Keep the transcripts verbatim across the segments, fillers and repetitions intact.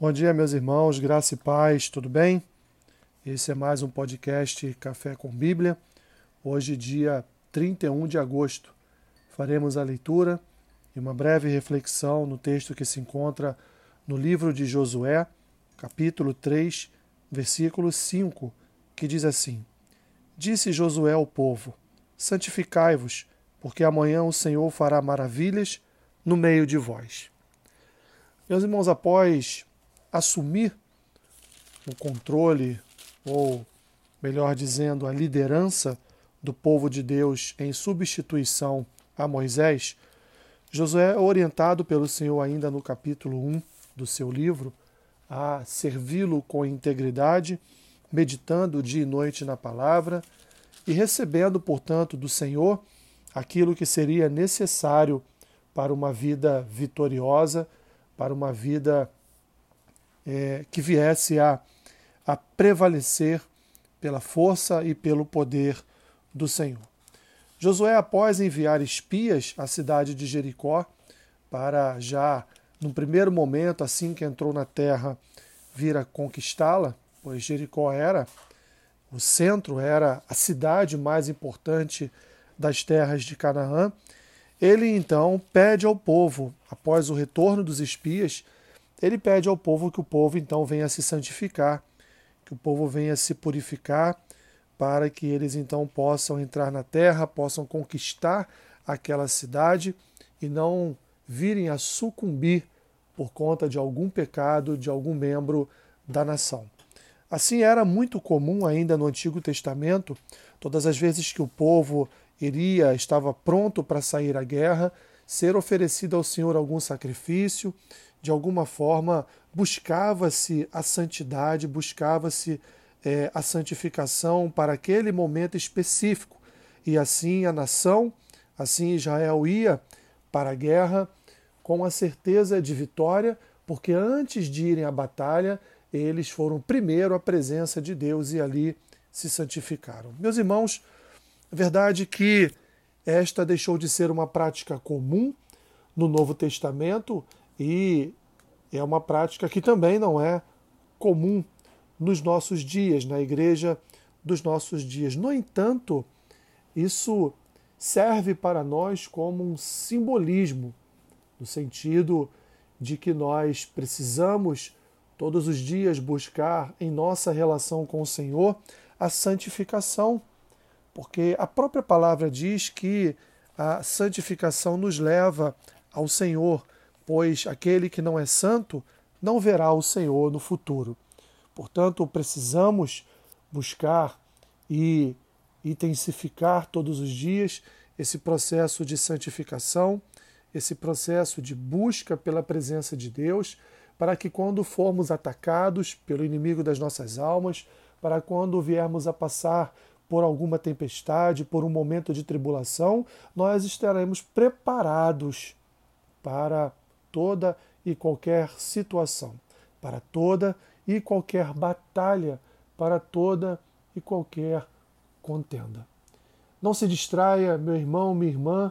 Bom dia, meus irmãos, graça e paz, tudo bem? Esse é mais um podcast Café com Bíblia. Hoje, dia trinta e um de agosto, faremos a leitura e uma breve reflexão no texto que se encontra no livro de Josué, capítulo três, versículo cinco, que diz assim: Disse Josué ao povo: Santificai-vos, porque amanhã o Senhor fará maravilhas no meio de vós. Meus irmãos, após assumir o controle, ou melhor dizendo, a liderança do povo de Deus em substituição a Moisés, Josué é orientado pelo Senhor ainda no capítulo um do seu livro a servi-lo com integridade, meditando dia e noite na palavra e recebendo, portanto, do Senhor aquilo que seria necessário para uma vida vitoriosa, para uma vida É, que viesse a, a prevalecer pela força e pelo poder do Senhor. Josué, após enviar espias à cidade de Jericó, para já, num primeiro momento, assim que entrou na terra, vir a conquistá-la, pois Jericó era o centro, era a cidade mais importante das terras de Canaã, ele então pede ao povo, após o retorno dos espias, ele pede ao povo que o povo então venha se santificar, que o povo venha se purificar, para que eles então possam entrar na terra, possam conquistar aquela cidade e não virem a sucumbir por conta de algum pecado de algum membro da nação. Assim era muito comum ainda no Antigo Testamento, todas as vezes que o povo iria, estava pronto para sair à guerra, ser oferecido ao Senhor algum sacrifício. De alguma forma, buscava-se a santidade, buscava-se é, a santificação para aquele momento específico. E assim a nação, assim Israel ia para a guerra com a certeza de vitória, porque antes de irem à batalha, eles foram primeiro à presença de Deus e ali se santificaram. Meus irmãos, a verdade é que esta deixou de ser uma prática comum no Novo Testamento, e é uma prática que também não é comum nos nossos dias, na igreja dos nossos dias. No entanto, isso serve para nós como um simbolismo, no sentido de que nós precisamos todos os dias buscar em nossa relação com o Senhor a santificação, porque a própria palavra diz que a santificação nos leva ao Senhor, pois aquele que não é santo não verá o Senhor no futuro. Portanto, precisamos buscar e intensificar todos os dias esse processo de santificação, esse processo de busca pela presença de Deus, para que quando formos atacados pelo inimigo das nossas almas, para quando viermos a passar por alguma tempestade, por um momento de tribulação, nós estaremos preparados para toda e qualquer situação, para toda e qualquer batalha, para toda e qualquer contenda. Não se distraia, meu irmão, minha irmã,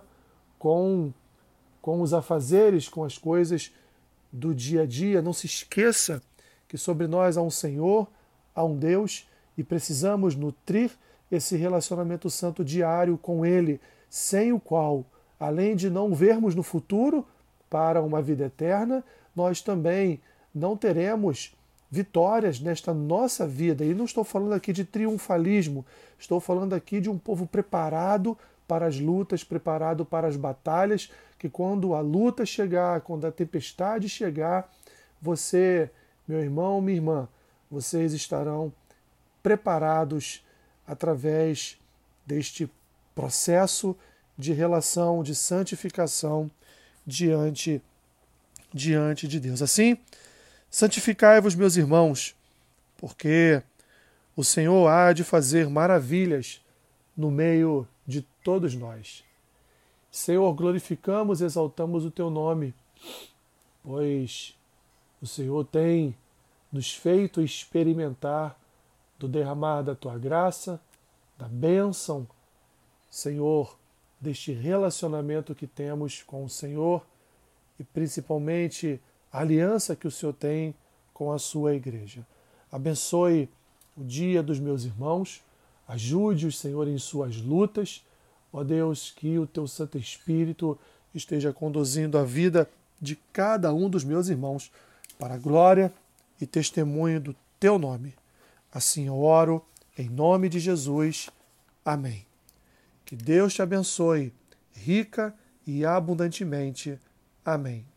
com, com os afazeres, com as coisas do dia a dia. Não se esqueça que sobre nós há um Senhor, há um Deus, e precisamos nutrir esse relacionamento santo diário com Ele, sem o qual, além de não vermos no futuro para uma vida eterna, nós também não teremos vitórias nesta nossa vida. E não estou falando aqui de triunfalismo, estou falando aqui de um povo preparado para as lutas, preparado para as batalhas, que quando a luta chegar, quando a tempestade chegar, você, meu irmão, minha irmã, vocês estarão preparados através deste processo de relação, de santificação diante, diante de Deus. Assim, santificai-vos, meus irmãos, porque o Senhor há de fazer maravilhas no meio de todos nós. Senhor, glorificamos e exaltamos o Teu nome, pois o Senhor tem nos feito experimentar do derramar da Tua graça, da bênção, Senhor, deste relacionamento que temos com o Senhor e principalmente a aliança que o Senhor tem com a sua igreja. Abençoe o dia dos meus irmãos, ajude-os, Senhor, em suas lutas. Ó Deus, que o teu Santo Espírito esteja conduzindo a vida de cada um dos meus irmãos para a glória e testemunho do teu nome. Assim eu oro, em nome de Jesus. Amém. Que Deus te abençoe, rica e abundantemente. Amém.